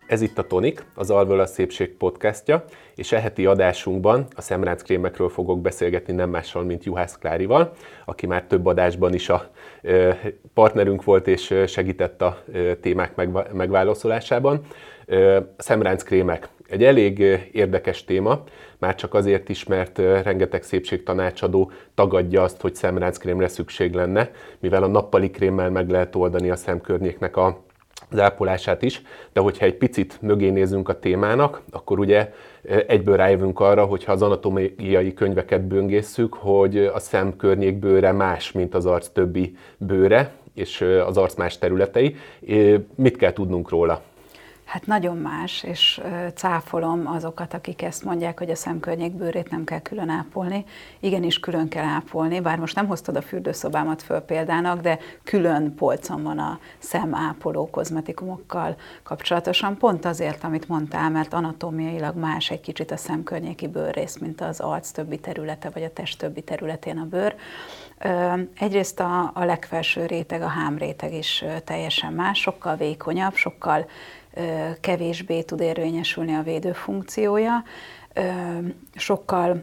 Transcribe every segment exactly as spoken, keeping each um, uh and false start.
Ez itt a Tonik, az Alvöl a Szépség podcastja, és e heti adásunkban a szemránckrémekről fogok beszélgetni nem mással, mint Juhász Klárival, aki már több adásban is a partnerünk volt és segített a témák megválaszolásában. A szemránckrémek egy elég érdekes téma, már csak azért is, mert rengeteg szépségtanácsadó tagadja azt, hogy szemránckrémre szükség lenne, mivel a nappali krémmel meg lehet oldani a szemkörnyéknek a az ápolását is, de hogyha egy picit mögé nézünk a témának, akkor ugye egyből rájövünk arra, hogyha az anatómiai könyveket böngészünk, hogy a szemkörnyék bőre más, mint az arc többi bőre, és az arc más területei. Mit kell tudnunk róla? Hát nagyon más, és cáfolom azokat, akik ezt mondják, hogy a szemkörnyék bőrét nem kell külön ápolni. Igenis külön kell ápolni, bár most nem hoztad a fürdőszobámat föl példának, de külön polcon van a szemápoló kozmetikumokkal kapcsolatosan. Pont azért, amit mondtál, mert anatómiailag más egy kicsit a szemkörnyéki bőrrész, mint az arc többi területe, vagy a test többi területén a bőr. Egyrészt a, a legfelső réteg, a hámréteg is teljesen más, sokkal vékonyabb, sokkal kevésbé tud érvényesülni a védőfunkciója, sokkal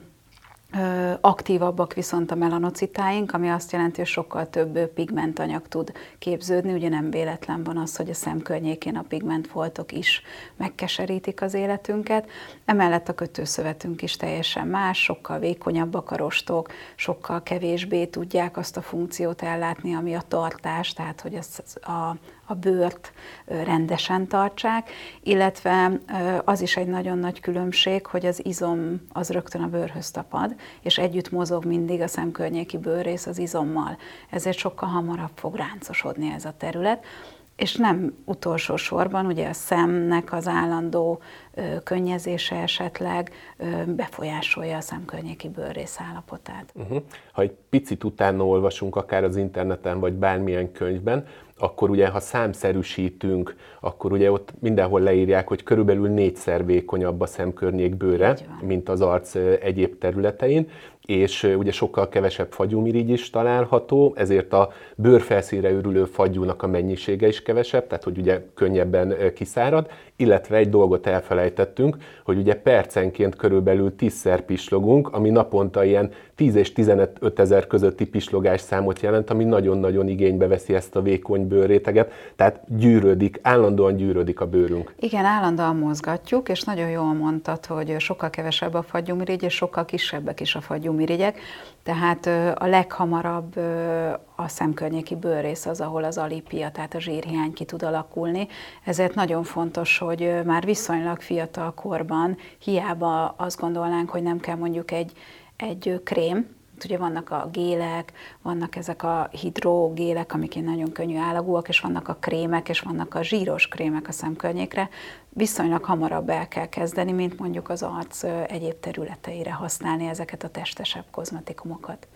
aktívabbak viszont a melanocitáink, ami azt jelenti, hogy sokkal több pigmentanyag tud képződni. Ugye nem véletlen van az, hogy a szem környékén a pigmentfoltok is megkeserítik az életünket. Emellett a kötőszövetünk is teljesen más, sokkal vékonyabbak a rostok, sokkal kevésbé tudják azt a funkciót ellátni, ami a tartás, tehát hogy az, a a bőrt rendesen tartsák, illetve az is egy nagyon nagy különbség, hogy az izom az rögtön a bőrhöz tapad, és együtt mozog mindig a szemkörnyéki bőrrész az izommal. Ezért sokkal hamarabb fog ráncosodni ez a terület, és nem utolsó sorban ugye a szemnek az állandó ö, könnyezése esetleg ö, befolyásolja a szemkörnyéki bőrrész állapotát. Uh-huh. Ha egy picit utána olvasunk akár az interneten, vagy bármilyen könyvben, akkor ugye, ha számszerűsítünk, akkor ugye ott mindenhol leírják, hogy körülbelül négyszer vékonyabb a szemkörnyék bőre, mint az arc egyéb területein, és ugye sokkal kevesebb fagyúmirigy is található, ezért a bőrfelszínre ürülő fagyúnak a mennyisége is kevesebb, tehát hogy ugye könnyebben kiszárad, illetve egy dolgot elfelejtettünk, hogy ugye percenként körülbelül tízszer pislogunk, ami naponta ilyen tíz és tizenöt ezer közötti pislogás számot jelent, ami nagyon-nagyon igénybe veszi ezt a vékony bőrréteget, tehát gyűrődik, állandóan gyűrődik a bőrünk. Igen, állandóan mozgatjuk, és nagyon jól mondtad, hogy sokkal kevesebb a fagyúmirigy, és sokkal kisebbek is a fagyúmirigyek, tehát a leghamarabb a szemkörnyéki bőrrész az, ahol az alípia, tehát a zsírhiány ki tud alakulni. Ezért nagyon fontos, hogy már viszonylag fiatal korban hiába azt gondolnánk, hogy nem kell mondjuk egy, egy krém, ugye vannak a gélek, vannak ezek a hidrogélek, amik nagyon könnyű állagúak, és vannak a krémek, és vannak a zsíros krémek a szemkörnyékre. Viszonylag hamarabb el kell kezdeni, mint mondjuk az arc egyéb területeire használni ezeket a testesebb kozmetikumokat.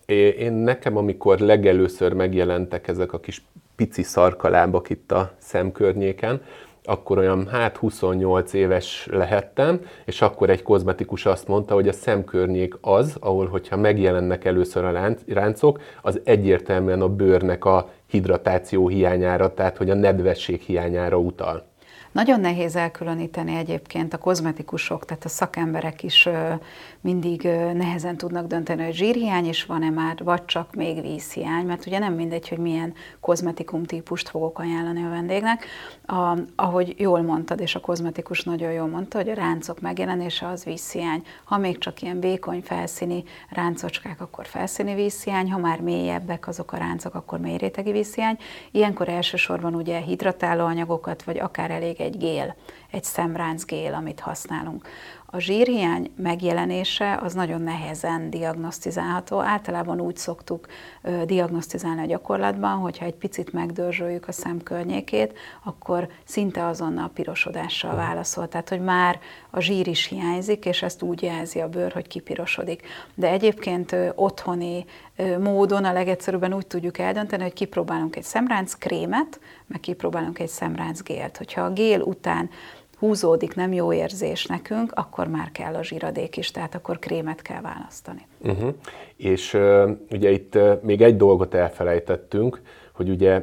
Én nekem, amikor legelőször megjelentek ezek a kis pici szarkalábak itt a szemkörnyéken, akkor olyan hát huszonnyolc éves lehettem, és akkor egy kozmetikus azt mondta, hogy a szemkörnyék az, ahol hogyha megjelennek először a ráncok, az egyértelműen a bőrnek a hidratáció hiányára, tehát hogy a nedvesség hiányára utal. Nagyon nehéz elkülöníteni egyébként a kozmetikusok, tehát a szakemberek is mindig nehezen tudnak dönteni, hogy zsírhiány is van-e már, vagy csak még vízhiány, mert ugye nem mindegy, hogy milyen kozmetikum típust fogok ajánlani a vendégnek. A, ahogy jól mondtad, és a kozmetikus nagyon jól mondta, hogy a ráncok megjelenése az vízhiány. Ha még csak ilyen vékony felszíni ráncocskák, akkor felszíni vízhiány, ha már mélyebbek azok a ráncok, akkor mély rétegi vízhiány. Ilyenkor elsősorban ugye hidratáló anyagokat, vagy akár elég egy gél, egy szemráncgél, amit használunk. A zsírhiány megjelenése az nagyon nehezen diagnosztizálható. Általában úgy szoktuk ö, diagnosztizálni a gyakorlatban, hogyha egy picit megdörzsöljük a szem környékét, akkor szinte azonnal pirosodással válaszol. Tehát, hogy már a zsír is hiányzik, és ezt úgy jelzi a bőr, hogy kipirosodik. De egyébként ö, otthoni ö, módon a legegyszerűbben úgy tudjuk eldönteni, hogy kipróbálunk egy szemránc krémet, meg kipróbálunk egy szemránc gélt. Hogyha a gél után húzódik, nem jó érzés nekünk, akkor már kell a zsíradék is, tehát akkor krémet kell választani. Uh-huh. És uh, ugye itt uh, még egy dolgot elfelejtettünk, hogy ugye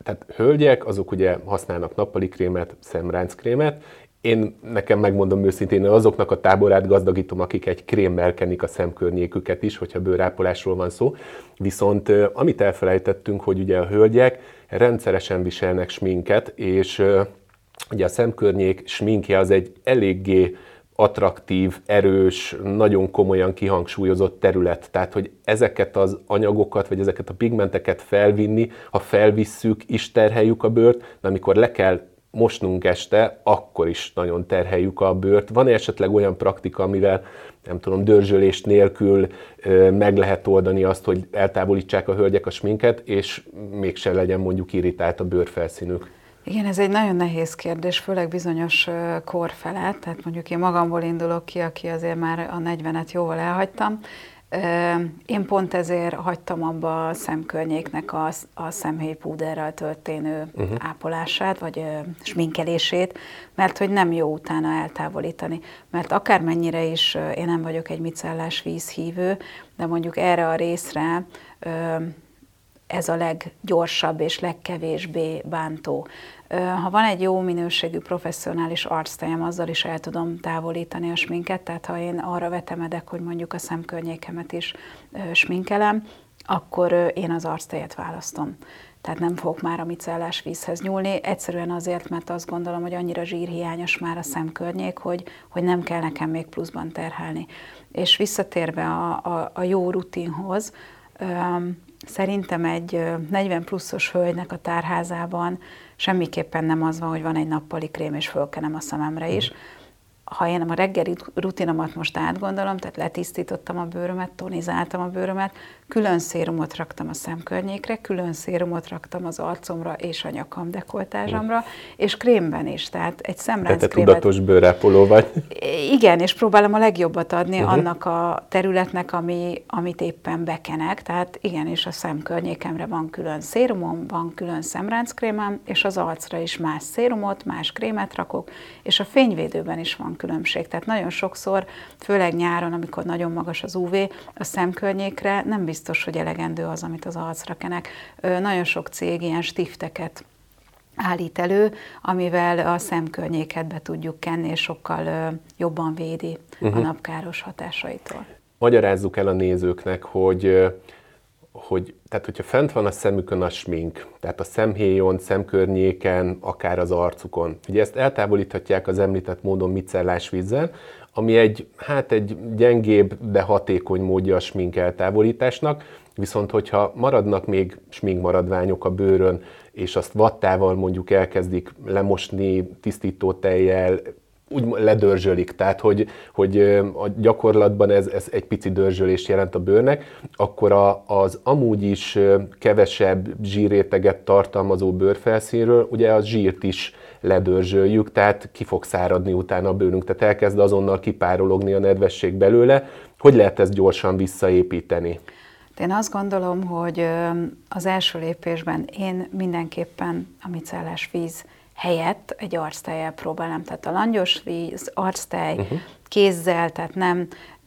Tehát hölgyek, azok ugye használnak nappali krémet, szemránckrémet. Én nekem megmondom őszintén, azoknak a táborát gazdagítom, akik egy krémmel kenik a szemkörnyéküket is, hogyha bőrápolásról van szó. Viszont amit elfelejtettünk, hogy ugye a hölgyek rendszeresen viselnek sminket, és ugye a szemkörnyék sminkje az egy eléggé attraktív, erős, nagyon komolyan kihangsúlyozott terület. Tehát, hogy ezeket az anyagokat, vagy ezeket a pigmenteket felvinni, ha felvisszük, is terheljük a bőrt, de amikor le kell mosnunk este, akkor is nagyon terheljük a bőrt. Van esetleg olyan praktika, amivel nem tudom, dörzsölés nélkül meg lehet oldani azt, hogy eltávolítsák a hölgyek a sminket, és mégsem legyen mondjuk irritált a bőrfelszínük? Igen, ez egy nagyon nehéz kérdés, főleg bizonyos kor felett, tehát mondjuk én magamból indulok ki, aki azért már a negyvenet jóval elhagytam. Én pont ezért hagytam abba a szemkörnyéknek a, a szemhéjpúderrel történő uh-huh. ápolását, vagy sminkelését, mert hogy nem jó utána eltávolítani. Mert akármennyire is én nem vagyok egy micellás vízhívő, de mondjuk erre a részre ez a leggyorsabb és legkevésbé bántó. Ha van egy jó minőségű professzionális arctejem, azzal is el tudom távolítani a sminket, tehát ha én arra vetemedek, hogy mondjuk a szemkörnyékemet is sminkelem, akkor én az arctejet választom. Tehát nem fogok már a micellás vízhez nyúlni, egyszerűen azért, mert azt gondolom, hogy annyira zsírhiányos már a szemkörnyék, hogy, hogy nem kell nekem még pluszban terhelni. És visszatérve a, a, a jó rutinhoz, szerintem egy negyven pluszos hölgynek a tárházában semmiképpen nem az van, hogy van egy nappali krém, és fölkenem a szememre is. Ha én a reggeli rutinomat most átgondolom, tehát letisztítottam a bőrömet, tonizáltam a bőrömet, külön szérumot raktam a szemkörnyékre, külön szérumot raktam az arcomra és a nyakam dekoltázsamra, és krémben is, tehát egy szemránckrémet. Tehát te tudatos bőrápoló vagy. Igen, és próbálom a legjobbat adni uh-huh. annak a területnek, ami, amit éppen bekenek, tehát igenis a szemkörnyékemre van külön szérumom, van külön szemránckrémem, és az arcra is más szérumot, más krémet rakok, és a fényvédőben is van különbség. Tehát nagyon sokszor, főleg nyáron, amikor nagyon magas az ú vé, a szemkörnyékre nem biztos, hogy elegendő az, amit az arcra kenek. Nagyon sok cég ilyen stifteket állít elő, amivel a szemkörnyéket be tudjuk kenni, és sokkal jobban védi uh-huh. a napkáros hatásaitól. Magyarázzuk el a nézőknek, hogy, hogy tehát, hogyha fent van a szemükön a smink, tehát a szemhéjon, szemkörnyéken, akár az arcukon, ugye ezt eltávolíthatják az említett módon micellás vízzel, ami egy, hát egy gyengébb, de hatékony módja a smink eltávolításnak, viszont hogyha maradnak még smink maradványok a bőrön, és azt vattával mondjuk elkezdik lemosni tisztítótejjel, úgy ledörzsölik, tehát hogy, hogy a gyakorlatban ez, ez egy pici dörzsölést jelent a bőrnek, akkor a, az amúgy is kevesebb zsírréteget tartalmazó bőrfelszínről ugye a zsírt is ledörzsöljük, tehát ki fog száradni utána a bőrünk, tehát elkezd azonnal kipárologni a nedvesség belőle. Hogy lehet ezt gyorsan visszaépíteni? Én azt gondolom, hogy az első lépésben én mindenképpen a micellás víz helyett egy arctejjel próbálom. Tehát a langyos víz, arctej, uh-huh. kézzel, tehát nem ö,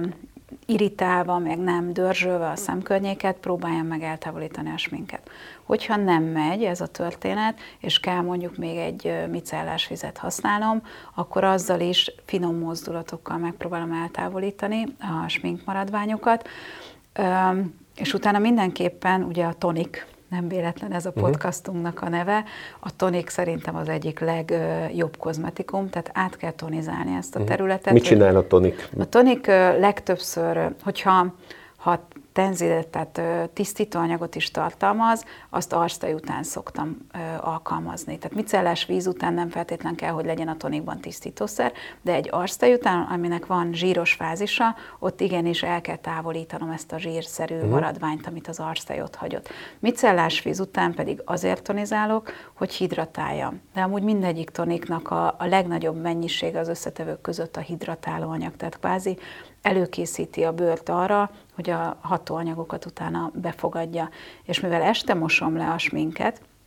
irritálva, meg nem dörzsölve a szemkörnyéket, próbáljam meg eltávolítani a sminket. Hogyha nem megy ez a történet, és kell mondjuk még egy micellás vizet használnom, akkor azzal is finom mozdulatokkal megpróbálom eltávolítani a smink maradványokat. Ö, és utána mindenképpen ugye a tonik, nem véletlen ez a podcastunknak a neve, a tonik szerintem az egyik legjobb kozmetikum, tehát át kell tonizálni ezt a területet. Mit csinál a tonik? A tonik legtöbbször, hogyha ha tenzidet, tehát tisztítóanyagot is tartalmaz, azt arctej után szoktam alkalmazni. Tehát micellás víz után nem feltétlen kell, hogy legyen a tonikban tisztítószer, de egy arctej után, aminek van zsíros fázisa, ott igenis el kell távolítanom ezt a zsírszerű uh-huh. maradványt, amit az arctej ott hagyott. Micellás víz után pedig azért tonizálok, hogy hidratáljam. De amúgy mindegyik toniknak a, a legnagyobb mennyisége az összetevők között a hidratáló anyag, tehát kvázi előkészíti a bőrt arra, hogy a hatóanyagokat utána befogadja. És mivel este mosom le a sminket,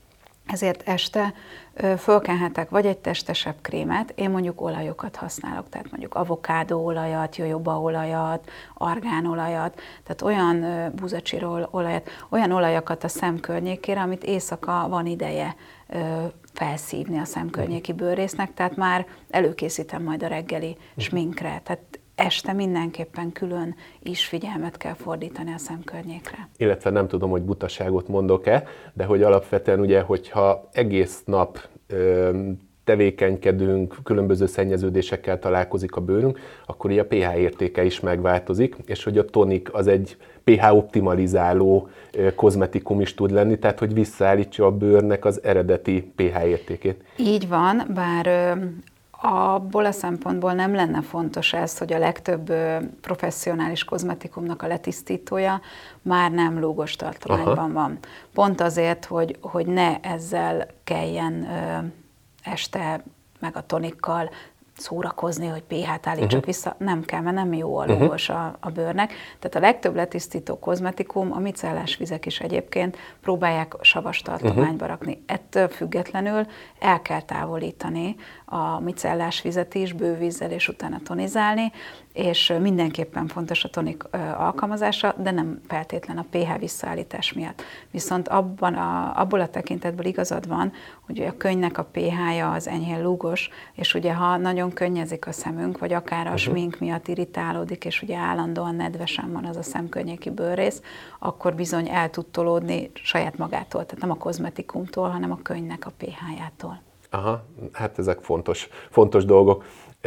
ezért este fölkenhetek vagy egy testesebb krémet, én mondjuk olajokat használok, tehát mondjuk avokádóolajat, jojobaolajat, argánolajat, tehát olyan búzacsíról olajat, olyan olajakat a szem környékére, amit éjszaka van ideje felszívni a szemkörnyéki bőrésznek, tehát már előkészítem majd a reggeli sminkre, tehát este mindenképpen külön is figyelmet kell fordítani a szemkörnyékre. Illetve nem tudom, hogy butaságot mondok-e, de hogy alapvetően ugye, hogyha egész nap ö, tevékenykedünk, különböző szennyeződésekkel találkozik a bőrünk, akkor így a pé há értéke is megváltozik, és hogy a tonik az egy pé há optimalizáló ö, kozmetikum is tud lenni, tehát hogy visszaállítsa a bőrnek az eredeti pé há értékét. Így van, bár ö, abból a szempontból nem lenne fontos ez, hogy a legtöbb professzionális kozmetikumnak a letisztítója már nem lúgos tartományban Aha. van. Pont azért, hogy, hogy ne ezzel kelljen ö, este meg a tonikkal szórakozni, hogy pé há-t állítsak uh-huh. vissza, nem kell, mert nem jó a lúgos uh-huh. a, a bőrnek. Tehát a legtöbb letisztító kozmetikum, a micellás vizek is egyébként próbálják savas tartományba uh-huh. rakni. Ettől függetlenül el kell távolítani a micellás vizet is, bővízzel és utána tonizálni, és mindenképpen fontos a tonik alkalmazása, de nem feltétlen a pé há visszaállítás miatt. Viszont abban a, abból a tekintetből igazad van, hogy a könnynek a pé há-ja az enyhén lúgos, és ugye ha nagyon könnyezik a szemünk, vagy akár a uh-huh. smink miatt irritálódik, és ugye állandóan nedvesen van az a szemkörnyéki bőrrész, akkor bizony el tud tolódni saját magától, tehát nem a kozmetikumtól, hanem a könnynek a pé há-jától. Aha, hát ezek fontos, fontos dolgok.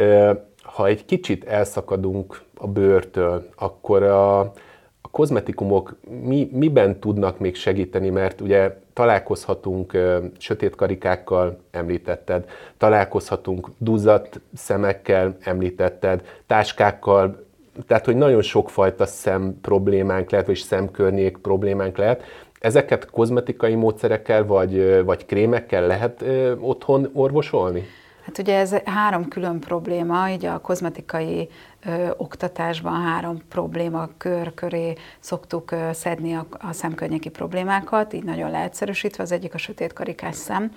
Ha egy kicsit elszakadunk a bőrtől, akkor a, a kozmetikumok mi, miben tudnak még segíteni, mert ugye találkozhatunk sötét karikákkal, említetted, találkozhatunk duzzadt szemekkel, említetted, táskákkal, tehát hogy nagyon sokfajta szem problémánk lehet, vagy szemkörnyék problémánk lehet. Ezeket kozmetikai módszerekkel vagy, vagy krémekkel lehet ö, otthon orvosolni? Hát ugye ez három külön probléma, így a kozmetikai ö, oktatásban három probléma kör köré szoktuk ö, szedni a, a szemkörnyéki problémákat, így nagyon leegyszerűsítve. Az egyik a sötétkarikás szem,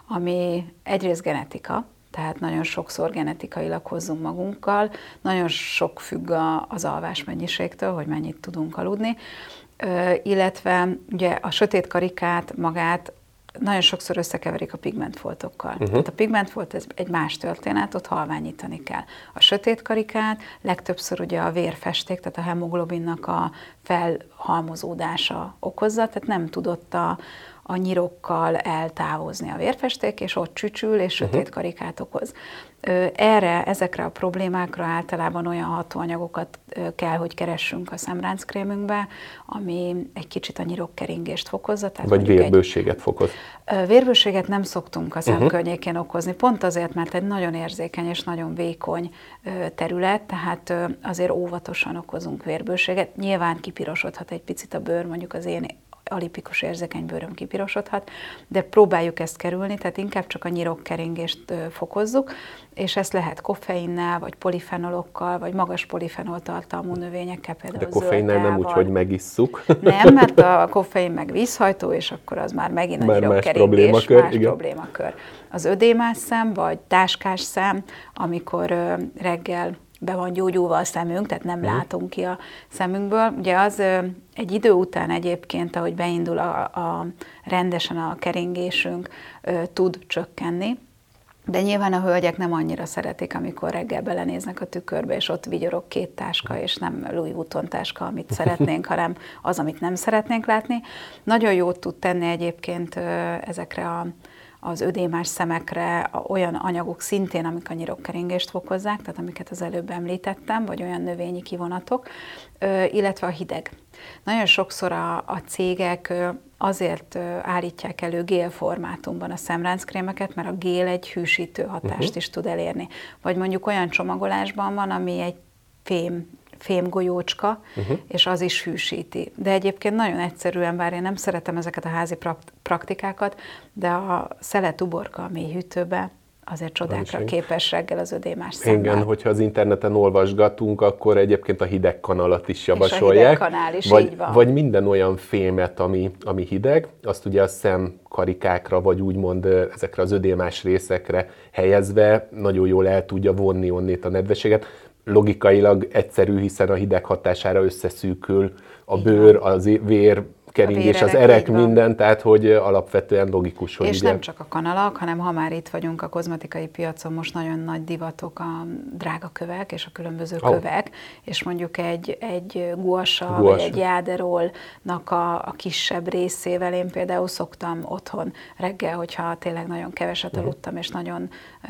ami egyrészt genetika, tehát nagyon sokszor genetikailag hozzunk magunkkal, nagyon sok függ a, az alvás mennyiségtől, hogy mennyit tudunk aludni, ö, illetve ugye a sötét karikát magát nagyon sokszor összekeverik a pigmentfoltokkal. Uh-huh. Tehát a pigmentfolt ez egy más történet, ott halványítani kell. A sötét karikát legtöbbször ugye a vérfesték, tehát a hemoglobinnak a felhalmozódása okozza, tehát nem tudott a, a nyirokkal eltávozni a vérfesték, és ott csücsül, és sötét uh-huh. karikát okoz. Erre, ezekre a problémákra általában olyan hatóanyagokat kell, hogy keressünk a szemránckrémünkbe, ami egy kicsit a nyirokkeringést fokozza. Tehát vagy vérbőséget egy, fokoz. Vérbőséget nem szoktunk a szemkörnyékén uh-huh. okozni, pont azért, mert egy nagyon érzékeny és nagyon vékony terület, tehát azért óvatosan okozunk vérbőséget. Nyilván kipirosodhat egy picit a bőr, mondjuk az én alipikus érzékeny bőröm kipirosodhat, de próbáljuk ezt kerülni, tehát inkább csak a nyirokkeringést fokozzuk, és ezt lehet koffeinnel, vagy polifenolokkal, vagy magas polifenol tartalmú növényekkel, például de koffeinnel nem úgy, hogy megisszuk. Nem, mert a koffein meg vízhajtó, és akkor az már megint a nyirokkeringés, más problémakör. Más problémakör. Az ödémás szem, vagy táskás szem, amikor reggel be van gyógyulva a szemünk, tehát nem mm. látunk ki a szemünkből. Ugye az egy idő után egyébként, ahogy beindul a, a rendesen a keringésünk, tud csökkenni, de nyilván a hölgyek nem annyira szeretik, amikor reggel belenéznek a tükörbe, és ott vigyorog két táska, és nem Louis Vuitton táska, amit szeretnénk, hanem az, amit nem szeretnénk látni. Nagyon jót tud tenni egyébként ezekre a az ödémás szemekre olyan anyagok szintén, amik a nyirokkeringést fokozzák, tehát amiket az előbb említettem, vagy olyan növényi kivonatok, illetve a hideg. Nagyon sokszor a, a cégek azért állítják elő gél formátumban a szemránckrémeket, mert a gél egy hűsítő hatást uh-huh. is tud elérni. Vagy mondjuk olyan csomagolásban van, ami egy fém fémgolyócska, uh-huh. és az is hűsíti. De egyébként nagyon egyszerűen, bár én nem szeretem ezeket a házi praktikákat, de a szelet uborka a mélyhűtőbe, azért csodákra képes reggel az ödémás szemmel. Igen, hogyha az interneten olvasgatunk, akkor egyébként a hideg kanalat is javasolják. És a hideg kanál is, vagy, így van. Vagy minden olyan fémet, ami, ami hideg, azt ugye a szemkarikákra, vagy úgymond ezekre az ödémás részekre helyezve nagyon jól el tudja vonni onnét a nedvességet. Logikailag egyszerű, hiszen a hideg hatására összeszűkül a bőr, a vér, keringés, az erek, minden, tehát hogy alapvetően logikus, hogy és ugye... nem csak a kanalak, hanem ha már itt vagyunk a kozmetikai piacon, most nagyon nagy divatok a drága kövek és a különböző oh. kövek, és mondjuk egy, egy guasa, vagy egy jáderolnak a, a kisebb részével én például szoktam otthon reggel, hogyha tényleg nagyon keveset aludtam, uh-huh. és nagyon... Ö,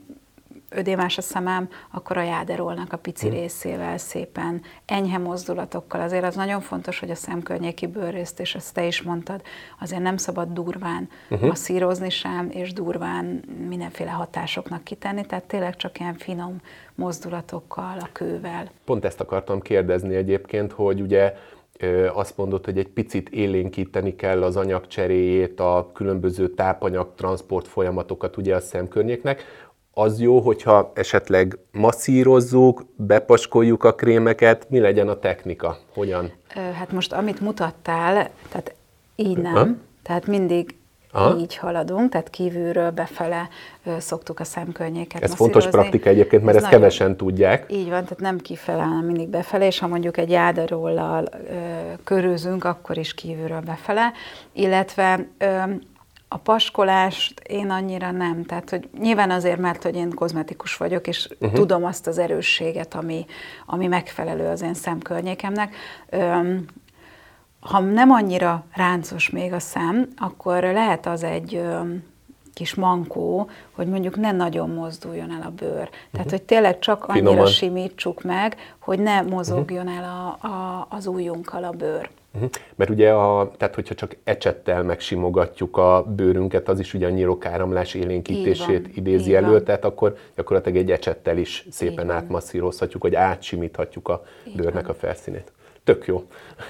ödémás a szemem, akkor a jáderolnak a pici hmm. részével szépen, enyhe mozdulatokkal. Azért az nagyon fontos, hogy a szemkörnyéki bőrrészt, és ezt te is mondtad, azért nem szabad durván uh-huh. masszírozni sem, és durván mindenféle hatásoknak kitenni, tehát tényleg csak ilyen finom mozdulatokkal, a kővel. Pont ezt akartam kérdezni egyébként, hogy ugye azt mondod, hogy egy picit élénkíteni kell az anyagcseréjét, a különböző tápanyag, transport folyamatokat ugye a szemkörnyéknek. Az jó, hogyha esetleg masszírozzuk, bepaskoljuk a krémeket, mi legyen a technika? Hogyan? Hát most amit mutattál, tehát így nem, ha? Tehát mindig Aha. így haladunk, tehát kívülről befele szoktuk a szemkörnyéket Ez masszírozni. fontos praktika egyébként, mert Ez ezt nagyon, kevesen tudják. Így van, tehát nem kifele, hanem mindig befele, és ha mondjuk egy jáderollal körözünk, akkor is kívülről befele, illetve... Ö, A paskolást én annyira nem, tehát hogy nyilván azért, mert hogy én kozmetikus vagyok, és uh-huh. tudom azt az erősséget, ami, ami megfelelő az én szemkörnyékemnek. Öm, ha nem annyira ráncos még a szem, akkor lehet az egy öm, kis mankó, hogy mondjuk ne nagyon mozduljon el a bőr. Tehát, uh-huh. hogy tényleg csak annyira Finoman. simítsuk meg, hogy ne mozogjon uh-huh. el a, a, az ujjunkkal a bőr. Uh-huh. Mert ugye, a, tehát hogyha csak ecsettel megsimogatjuk a bőrünket, az is ugye a nyirokáramlás élénkítését van, idézi elő, van. Tehát akkor gyakorlatilag egy ecsettel is szépen átmasszírozhatjuk, vagy átsimíthatjuk a így bőrnek van. A felszínét. Tök jó.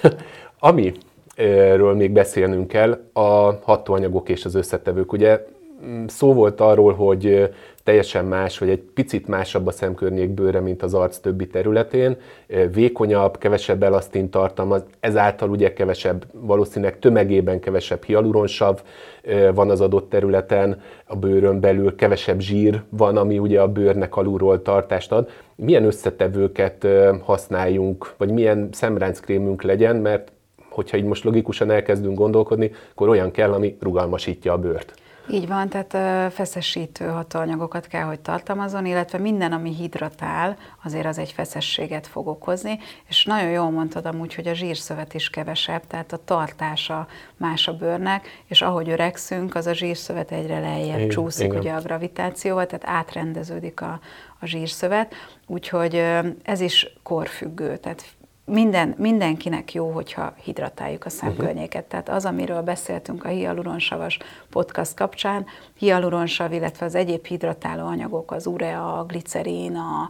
Amiről még beszélnünk kell, a hatóanyagok és az összetevők. Ugye szó volt arról, hogy teljesen más, vagy egy picit másabb a szemkörnyék bőre, mint az arc többi területén. Vékonyabb, kevesebb elasztin tartalmaz, ezáltal ugye kevesebb, valószínűleg tömegében kevesebb hialuronsav van az adott területen, a bőrön belül kevesebb zsír van, ami ugye a bőrnek alulról tartást ad. Milyen összetevőket használjunk, vagy milyen szemránckrémünk legyen, mert hogyha így most logikusan elkezdünk gondolkodni, akkor olyan kell, ami rugalmasítja a bőrt. Így van, tehát feszesítő hatóanyagokat kell, hogy tartalmazzon, illetve minden, ami hidratál, azért az egy feszességet fog okozni, és nagyon jól mondtad amúgy, hogy a zsírszövet is kevesebb, tehát a tartása más a bőrnek, és ahogy öregszünk, az a zsírszövet egyre lejjebb igen, csúszik igen. ugye a gravitációval, tehát átrendeződik a, a zsírszövet, úgyhogy ez is korfüggő, tehát Minden, mindenkinek jó, hogyha hidratáljuk a szemkörnyéket. Tehát az, amiről beszéltünk a hialuronsavas podcast kapcsán, hialuronsav, illetve az egyéb hidratáló anyagok, az urea, a glicerin, a,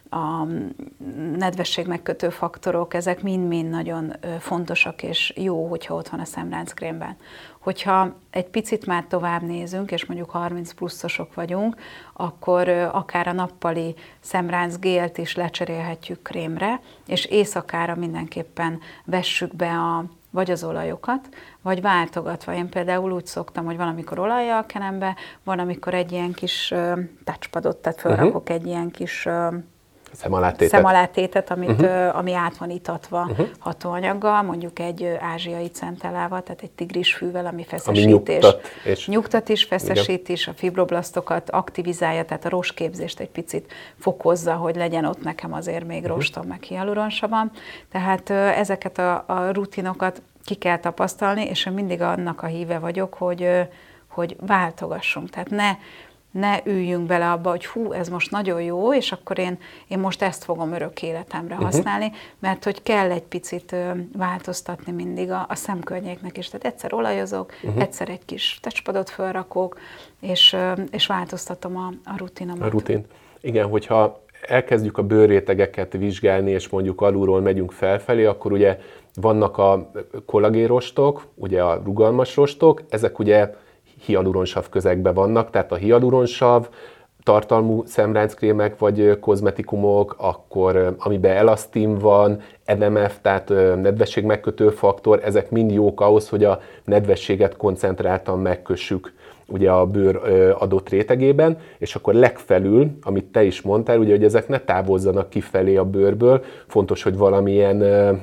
a nedvesség megkötő faktorok, ezek mind-mind nagyon fontosak, és jó, hogyha ott van a szemránckrémben. Hogyha egy picit már tovább nézünk, és mondjuk harminc pluszosok vagyunk, akkor akár a nappali szemráncgélt is lecserélhetjük krémre, és éjszakára mindenképpen vessük be a, vagy az olajokat, vagy váltogatva. Én például úgy szoktam, hogy van, amikor olajjal kenem be, van, amikor egy ilyen kis uh, touchpadot, tehát felrakok uh-huh. egy ilyen kis uh, Szemalátétet. Szemalátétet, amit, uh-huh. ami át van itatva uh-huh. hatóanyaggal, mondjuk egy ázsiai centellával, tehát egy tigrisfűvel, ami feszesít, ami nyugtat, és nyugtat is, feszesít is, a fibroblasztokat aktivizálja, tehát a rosképzést egy picit fokozza, hogy legyen ott nekem azért még uh-huh. rostom, meg hialuronsavam. Tehát ezeket a, a rutinokat ki kell tapasztalni, és én mindig annak a híve vagyok, hogy, hogy váltogassunk, tehát ne ne üljünk bele abba, hogy hú, ez most nagyon jó, és akkor én, én most ezt fogom örök életemre használni, uh-huh. mert hogy kell egy picit ö, változtatni mindig a, a szemkörnyéknek is. Tehát egyszer olajozok, uh-huh. egyszer egy kis touchpadot felrakok, és, ö, és változtatom a, a rutinomat. A rutin. Igen, hogyha elkezdjük a bőrrétegeket vizsgálni, és mondjuk alulról megyünk felfelé, akkor ugye vannak a kollagénrostok, ugye a rugalmas rostok, ezek ugye hialuronsav közegben vannak, tehát a hialuronsav tartalmú szemránckrémek vagy kozmetikumok, akkor amiben elasztin van, em em ef, tehát nedvesség megkötő faktor, ezek mind jók ahhoz, hogy a nedvességet koncentráltan megkössük ugye a bőr adott rétegében, és akkor legfelül, amit te is mondtál, ugye, hogy ezek ne távozzanak kifelé a bőrből, fontos, hogy valamilyen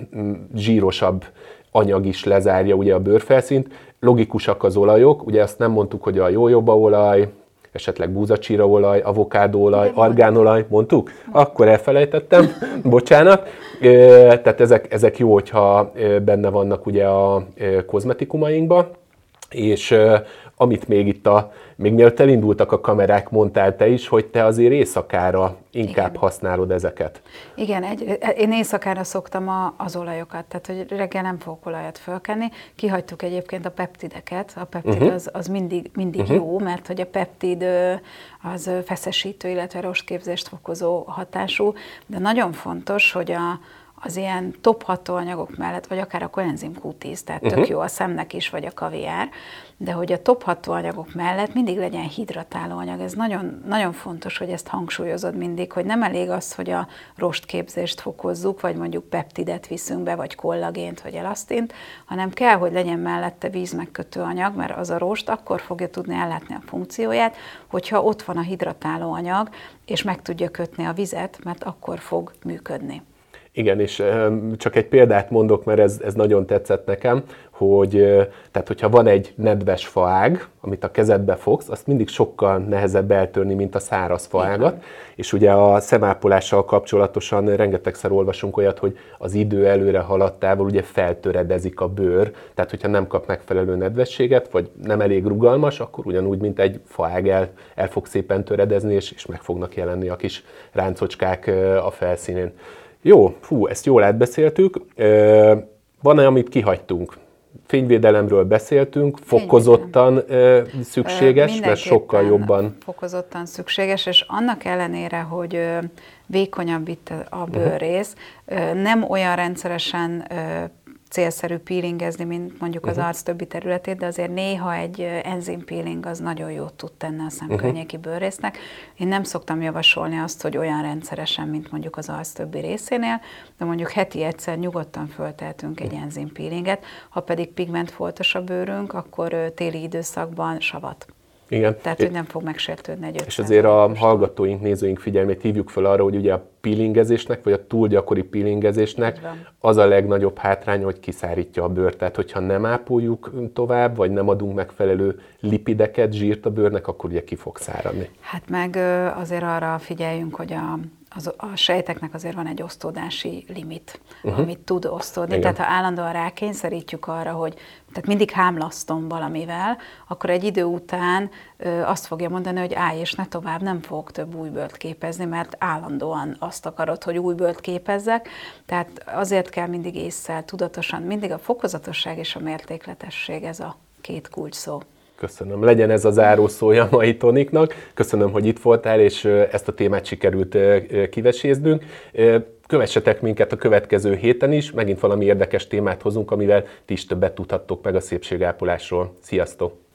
zsírosabb anyag is lezárja ugye a bőrfelszínt. Logikusak az olajok, ugye azt nem mondtuk, hogy a jójobaolaj, esetleg búzacsíraolaj, avokádóolaj, argánolaj, mondtuk? Akkor elfelejtettem, bocsánat. Tehát ezek, ezek jó, hogyha benne vannak ugye a kozmetikumainkban, és amit még itt a, még mielőtt elindultak a kamerák, mondtál te is, hogy te azért éjszakára inkább Igen. használod ezeket. Igen, egy, én éjszakára szoktam a, az olajokat, tehát hogy reggel nem fogok olajat fölkenni. Kihagytuk egyébként a peptideket, a peptid uh-huh. az, az mindig, mindig uh-huh. jó, mert hogy a peptid az feszesítő, illetve rostképzést fokozó hatású, de nagyon fontos, hogy a az ilyen top hatóanyagok mellett, vagy akár a koenzim kú tíz, tehát uh-huh. tök jó a szemnek is, vagy a kaviár, de hogy a top hatóanyagok mellett mindig legyen hidratáló anyag. Ez nagyon, nagyon fontos, hogy ezt hangsúlyozod mindig, hogy nem elég az, hogy a rostképzést fokozzuk, vagy mondjuk peptidet viszünk be, vagy kollagént, vagy elasztint, hanem kell, hogy legyen mellette vízmegkötő anyag, mert az a rost akkor fogja tudni ellátni a funkcióját, hogyha ott van a hidratáló anyag, és meg tudja kötni a vizet, mert akkor fog működni. Igen, és csak egy példát mondok, mert ez, ez nagyon tetszett nekem, hogy tehát, hogyha van egy nedves faág, amit a kezedbe fogsz, azt mindig sokkal nehezebb eltörni, mint a száraz faágat. Igen. És ugye a szemápolással kapcsolatosan rengetegszer olvasunk olyat, hogy az idő előre haladtával ugye feltöredezik a bőr, tehát hogyha nem kap megfelelő nedvességet, vagy nem elég rugalmas, akkor ugyanúgy, mint egy faág el, el fog szépen töredezni, és, és meg fognak jelenni a kis ráncocskák a felszínén. Jó, fú, ezt jól átbeszéltük. Van-e, amit kihagytunk? Fényvédelemről beszéltünk, fokozottan szükséges, mert sokkal jobban... Fokozottan szükséges, és annak ellenére, hogy vékonyabb itt a bőrrész, nem olyan rendszeresen célszerű peelingezni, mint mondjuk az uh-huh. arc többi területét, de azért néha egy enzim peeling az nagyon jót tud tenni a szemkörnyéki uh-huh. bőrrésznek. Én nem szoktam javasolni azt, hogy olyan rendszeresen, mint mondjuk az arc többi részénél, de mondjuk heti egyszer nyugodtan föltehetünk egy enzim peelinget, ha pedig pigmentfoltos a bőrünk, akkor téli időszakban savat. Igen. Tehát, hogy nem fog megsértődni egy És azért a hallgatóink, nézőink figyelmét hívjuk fel arra, hogy ugye a peelingezésnek, vagy a túl gyakori peelingezésnek az a legnagyobb hátránya, hogy kiszárítja a bőrt. Tehát, hogyha nem ápoljuk tovább, vagy nem adunk megfelelő lipideket, zsírt a bőrnek, akkor ugye ki fog száradni. Hát meg azért arra figyeljünk, hogy a Az, a sejteknek azért van egy osztódási limit, uh-huh. amit tud osztódni. Igen. Tehát ha állandóan rákényszerítjük arra, hogy tehát mindig hámlasztom valamivel, akkor egy idő után ö, azt fogja mondani, hogy állj és ne tovább, nem fogok több új bőrt képezni, mert állandóan azt akarod, hogy új bőrt képezzek. Tehát azért kell mindig ésszel, tudatosan, mindig a fokozatosság és a mértékletesség, ez a két kulcs szó. Köszönöm. Legyen ez a zárószója a mai toniknak. Köszönöm, hogy itt voltál, és ezt a témát sikerült kiveséznünk. Kövessetek minket a következő héten is, megint valami érdekes témát hozunk, amivel ti is többet tudhattok meg a szépségápolásról. Sziasztok!